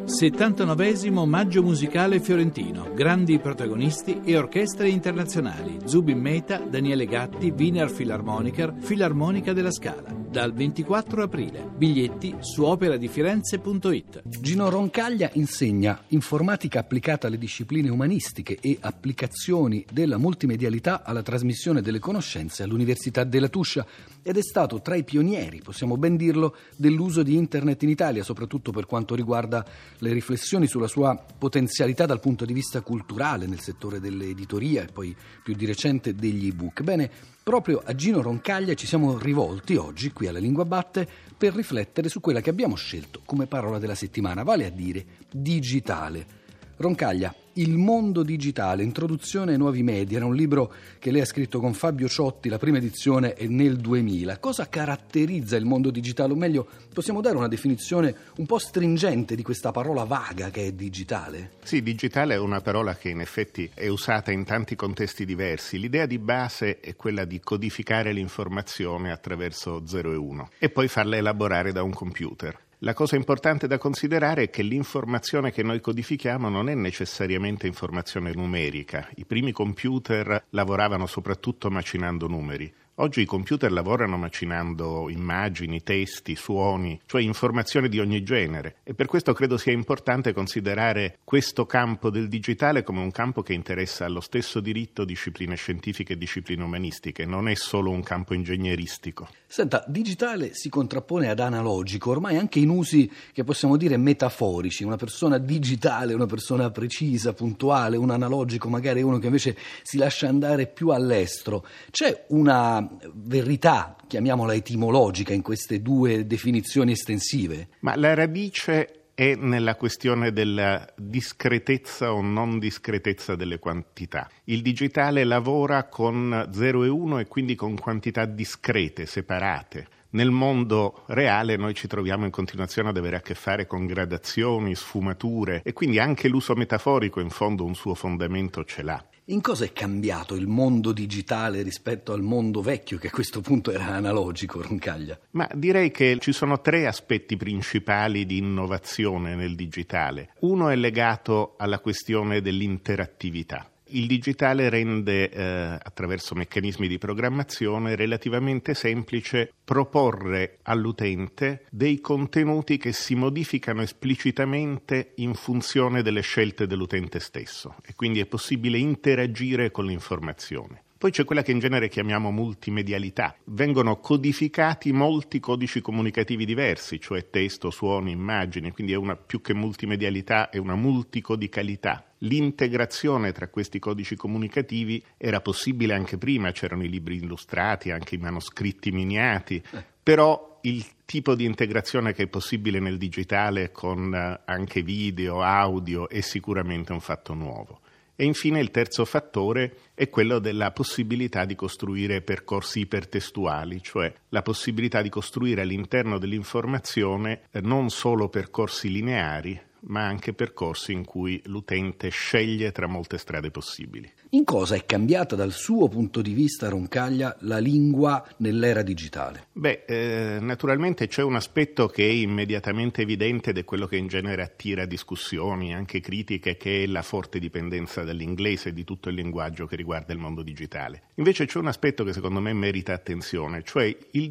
79esimo Maggio Musicale Fiorentino. Grandi protagonisti e orchestre internazionali. Zubin Mehta, Daniele Gatti, Wiener Philharmoniker, Filarmonica della Scala. Dal 24 aprile. Biglietti su operadifirenze.it. Gino Roncaglia insegna informatica applicata alle discipline umanistiche e applicazioni della multimedialità alla trasmissione delle conoscenze all'Università della Tuscia ed è stato tra i pionieri, possiamo ben dirlo, dell'uso di Internet in Italia, soprattutto per quanto riguarda le riflessioni sulla sua potenzialità dal punto di vista culturale nel settore dell'editoria e poi più di recente degli ebook. Bene, proprio a Gino Roncaglia ci siamo rivolti oggi qui alla Lingua Batte per riflettere su quella che abbiamo scelto come parola della settimana, vale a dire digitale. Roncaglia, Il mondo digitale, introduzione ai nuovi media, era un libro che lei ha scritto con Fabio Ciotti, la prima edizione è nel 2000. Cosa caratterizza il mondo digitale? O meglio, possiamo dare una definizione un po' stringente di questa parola vaga che è digitale? Sì, digitale è una parola che in effetti è usata in tanti contesti diversi. L'idea di base è quella di codificare l'informazione attraverso 0 e 1 e poi farla elaborare da un computer. La cosa importante da considerare è che l'informazione che noi codifichiamo non è necessariamente informazione numerica. I primi computer lavoravano soprattutto macinando numeri. Oggi i computer lavorano macinando immagini, testi, suoni, cioè informazioni di ogni genere. E per questo credo sia importante considerare questo campo del digitale come un campo che interessa allo stesso diritto discipline scientifiche e discipline umanistiche, non è solo un campo ingegneristico. Senta, digitale si contrappone ad analogico, ormai anche in usi che possiamo dire metaforici. Una persona digitale, una persona precisa, puntuale, un analogico magari è uno che invece si lascia andare più all'estero. C'è una verità, chiamiamola etimologica, in queste due definizioni estensive? Ma la radice è nella questione della discretezza o non discretezza delle quantità. Il digitale lavora con 0 e 1 e quindi con quantità discrete, separate. Nel mondo reale noi ci troviamo in continuazione ad avere a che fare con gradazioni, sfumature e quindi anche l'uso metaforico in fondo un suo fondamento ce l'ha. In cosa è cambiato il mondo digitale rispetto al mondo vecchio, che a questo punto era analogico, Roncaglia? Ma direi che ci sono 3 aspetti principali di innovazione nel digitale. Uno è legato alla questione dell'interattività. Il digitale rende, attraverso meccanismi di programmazione, relativamente semplice proporre all'utente dei contenuti che si modificano esplicitamente in funzione delle scelte dell'utente stesso e quindi è possibile interagire con l'informazione. Poi c'è quella che in genere chiamiamo multimedialità. Vengono codificati molti codici comunicativi diversi, cioè testo, suoni, immagini, quindi è una più che multimedialità, è una multicodicalità. L'integrazione tra questi codici comunicativi era possibile anche prima, c'erano i libri illustrati, anche i manoscritti miniati, però il tipo di integrazione che è possibile nel digitale con anche video, audio è sicuramente un fatto nuovo. E infine il terzo fattore è quello della possibilità di costruire percorsi ipertestuali, cioè la possibilità di costruire all'interno dell'informazione non solo percorsi lineari, ma anche percorsi in cui l'utente sceglie tra molte strade possibili. In cosa è cambiata dal suo punto di vista, Roncaglia, la lingua nell'era digitale? Naturalmente c'è un aspetto che è immediatamente evidente ed è quello che in genere attira discussioni, anche critiche, che è la forte dipendenza dall'inglese e di tutto il linguaggio che riguarda il mondo digitale. Invece c'è un aspetto che secondo me merita attenzione, cioè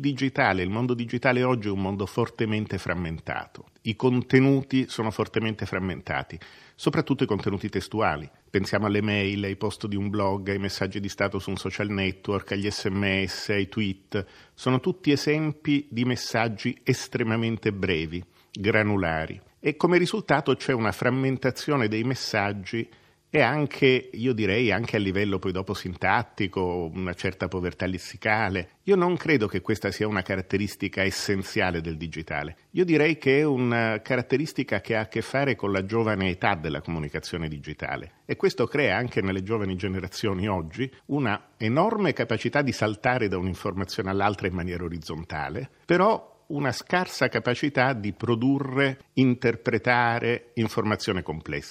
il mondo digitale oggi è un mondo fortemente frammentato. I contenuti sono fortemente frammentati, soprattutto i contenuti testuali. Pensiamo alle mail, ai post di un blog, ai messaggi di stato su un social network, agli SMS, ai tweet. Sono tutti esempi di messaggi estremamente brevi, granulari. E come risultato c'è una frammentazione dei messaggi e anche, io direi, anche a livello poi dopo sintattico, una certa povertà lessicale. Io non credo che questa sia una caratteristica essenziale del digitale. Io direi che è una caratteristica che ha a che fare con la giovane età della comunicazione digitale e questo crea anche nelle giovani generazioni oggi una enorme capacità di saltare da un'informazione all'altra in maniera orizzontale, però una scarsa capacità di produrre, interpretare informazione complessa.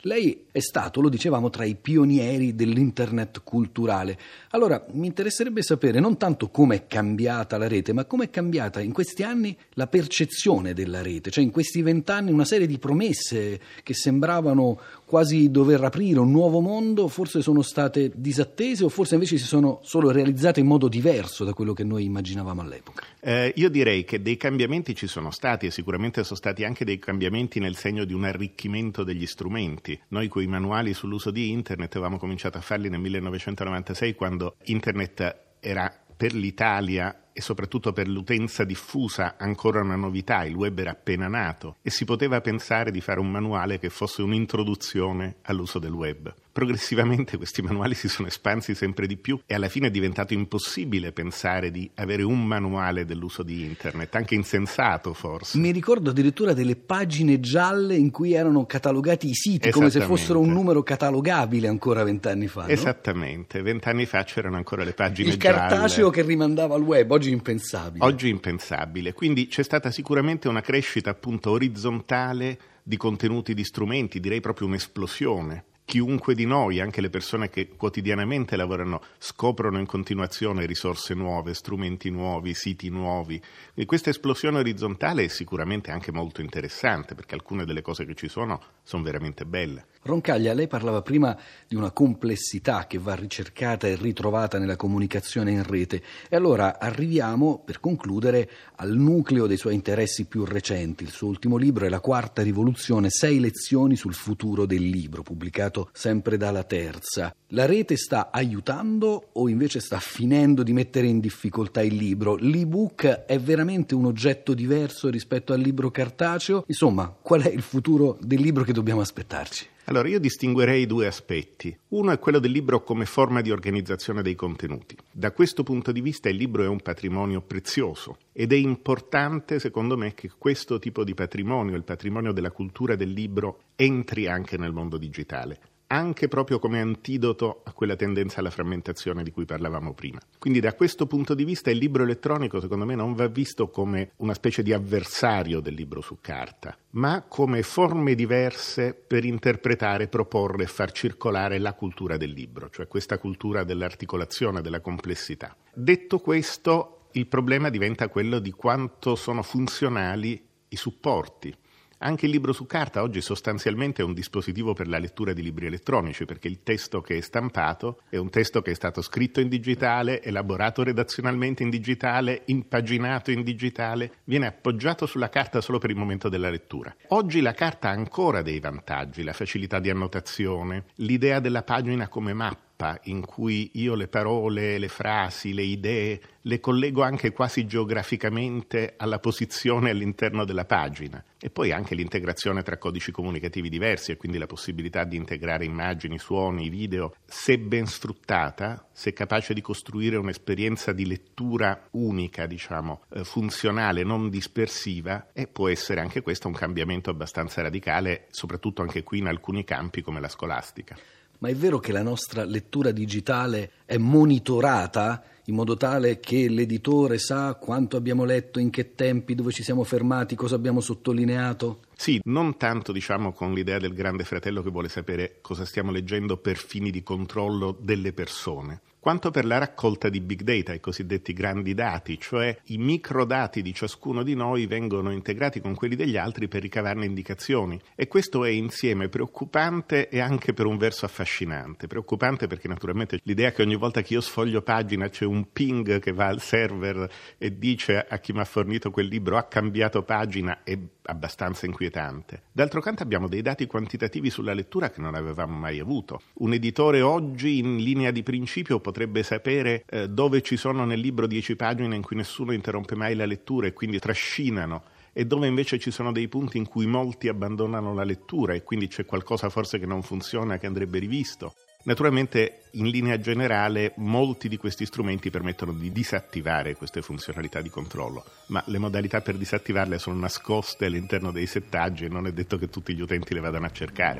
Lei è stato, lo dicevamo, tra i pionieri dell'internet culturale. Allora, mi interesserebbe sapere non tanto come è cambiata la rete, ma come è cambiata in questi anni la percezione della rete. Cioè, in questi 20 anni una serie di promesse che sembravano quasi dover aprire un nuovo mondo, forse sono state disattese o forse invece si sono solo realizzate in modo diverso da quello che noi immaginavamo all'epoca? Io direi che dei cambiamenti ci sono stati e sicuramente sono stati anche dei cambiamenti nel segno di un arricchimento degli strumenti. Noi coi manuali sull'uso di internet avevamo cominciato a farli nel 1996, quando internet era per l'Italia e soprattutto per l'utenza diffusa ancora una novità, il web era appena nato e si poteva pensare di fare un manuale che fosse un'introduzione all'uso del web. Progressivamente questi manuali si sono espansi sempre di più e alla fine è diventato impossibile pensare di avere un manuale dell'uso di internet, anche insensato forse. Mi ricordo addirittura delle pagine gialle in cui erano catalogati i siti, come se fossero un numero catalogabile ancora 20 anni fa, no? Esattamente, 20 anni fa c'erano ancora le pagine gialle. Il cartaceo che rimandava al web, oggi impensabile. Oggi impensabile, quindi c'è stata sicuramente una crescita appunto orizzontale di contenuti, di strumenti, direi proprio un'esplosione. Chiunque di noi, anche le persone che quotidianamente lavorano, scoprono in continuazione risorse nuove, strumenti nuovi, siti nuovi. E questa esplosione orizzontale è sicuramente anche molto interessante, perché alcune delle cose che ci sono veramente belle. Roncaglia, lei parlava prima di una complessità che va ricercata e ritrovata nella comunicazione in rete. E allora arriviamo, per concludere, al nucleo dei suoi interessi più recenti. Il suo ultimo libro è La Quarta Rivoluzione, 6 lezioni sul futuro del libro, pubblicato sempre dalla Terza. La rete sta aiutando o invece sta finendo di mettere in difficoltà il libro? L'ebook è veramente un oggetto diverso rispetto al libro cartaceo? Insomma, qual è il futuro del libro che dobbiamo aspettarci? Allora, io distinguerei 2 aspetti. Uno è quello del libro come forma di organizzazione dei contenuti. Da questo punto di vista il libro è un patrimonio prezioso ed è importante, secondo me, che questo tipo di patrimonio, il patrimonio della cultura del libro, entri anche nel mondo digitale, anche proprio come antidoto a quella tendenza alla frammentazione di cui parlavamo prima. Quindi da questo punto di vista il libro elettronico, secondo me, non va visto come una specie di avversario del libro su carta, ma come forme diverse per interpretare, proporre e far circolare la cultura del libro, cioè questa cultura dell'articolazione, della complessità. Detto questo, il problema diventa quello di quanto sono funzionali i supporti. Anche il libro su carta oggi sostanzialmente è un dispositivo per la lettura di libri elettronici, perché il testo che è stampato è un testo che è stato scritto in digitale, elaborato redazionalmente in digitale, impaginato in digitale, viene appoggiato sulla carta solo per il momento della lettura. Oggi la carta ha ancora dei vantaggi, la facilità di annotazione, l'idea della pagina come mappa, in cui io le parole, le frasi, le idee le collego anche quasi geograficamente alla posizione all'interno della pagina, e poi anche l'integrazione tra codici comunicativi diversi e quindi la possibilità di integrare immagini, suoni, video, se ben sfruttata, se capace di costruire un'esperienza di lettura unica, funzionale, non dispersiva, e può essere anche questo un cambiamento abbastanza radicale, soprattutto anche qui in alcuni campi come la scolastica. Ma è vero che la nostra lettura digitale è monitorata in modo tale che l'editore sa quanto abbiamo letto, in che tempi, dove ci siamo fermati, cosa abbiamo sottolineato? Sì, non tanto con l'idea del grande fratello che vuole sapere cosa stiamo leggendo per fini di controllo delle persone, quanto per la raccolta di big data, i cosiddetti grandi dati, cioè i microdati di ciascuno di noi vengono integrati con quelli degli altri per ricavarne indicazioni, e questo è insieme preoccupante e anche per un verso affascinante. Preoccupante perché naturalmente l'idea che ogni volta che io sfoglio pagina c'è un ping che va al server e dice a chi mi ha fornito quel libro ha cambiato pagina è abbastanza inquietante. D'altro canto abbiamo dei dati quantitativi sulla lettura che non avevamo mai avuto. Un editore oggi in linea di principio potrebbe sapere dove ci sono nel libro 10 pagine in cui nessuno interrompe mai la lettura e quindi trascinano, e dove invece ci sono dei punti in cui molti abbandonano la lettura e quindi c'è qualcosa forse che non funziona, che andrebbe rivisto. Naturalmente, in linea generale, molti di questi strumenti permettono di disattivare queste funzionalità di controllo, ma le modalità per disattivarle sono nascoste all'interno dei settaggi e non è detto che tutti gli utenti le vadano a cercare.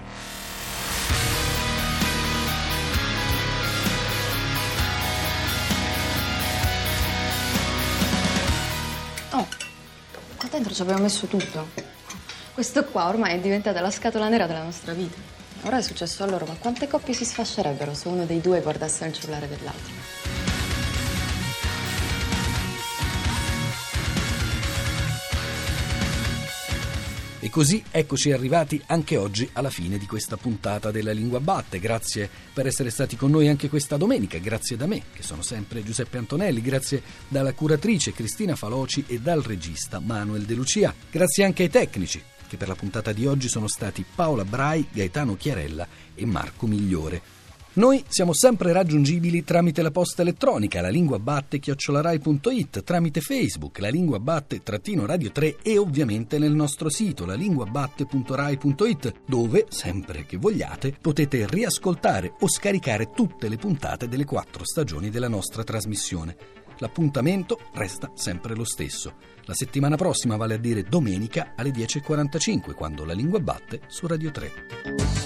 Oh, qua dentro ci abbiamo messo tutto. Questo qua ormai è diventata la scatola nera della nostra vita. Ora è successo a loro, ma quante coppie si sfascerebbero se uno dei due guardasse nel cellulare dell'altro? E così eccoci arrivati anche oggi alla fine di questa puntata della Lingua Batte. Grazie per essere stati con noi anche questa domenica, grazie da me, che sono sempre Giuseppe Antonelli, grazie dalla curatrice Cristina Faloci e dal regista Manuel De Lucia. Grazie anche ai tecnici, che per la puntata di oggi sono stati Paola Brai, Gaetano Chiarella e Marco Migliore. Noi siamo sempre raggiungibili tramite la posta elettronica lalinguabatte@rai.it, tramite Facebook lalinguabatte-radio 3 e ovviamente nel nostro sito lalinguabatte.rai.it, dove, sempre che vogliate, potete riascoltare o scaricare tutte le puntate delle 4 stagioni della nostra trasmissione. L'appuntamento resta sempre lo stesso. La settimana prossima, vale a dire domenica alle 10:45, quando La Lingua Batte su Radio 3.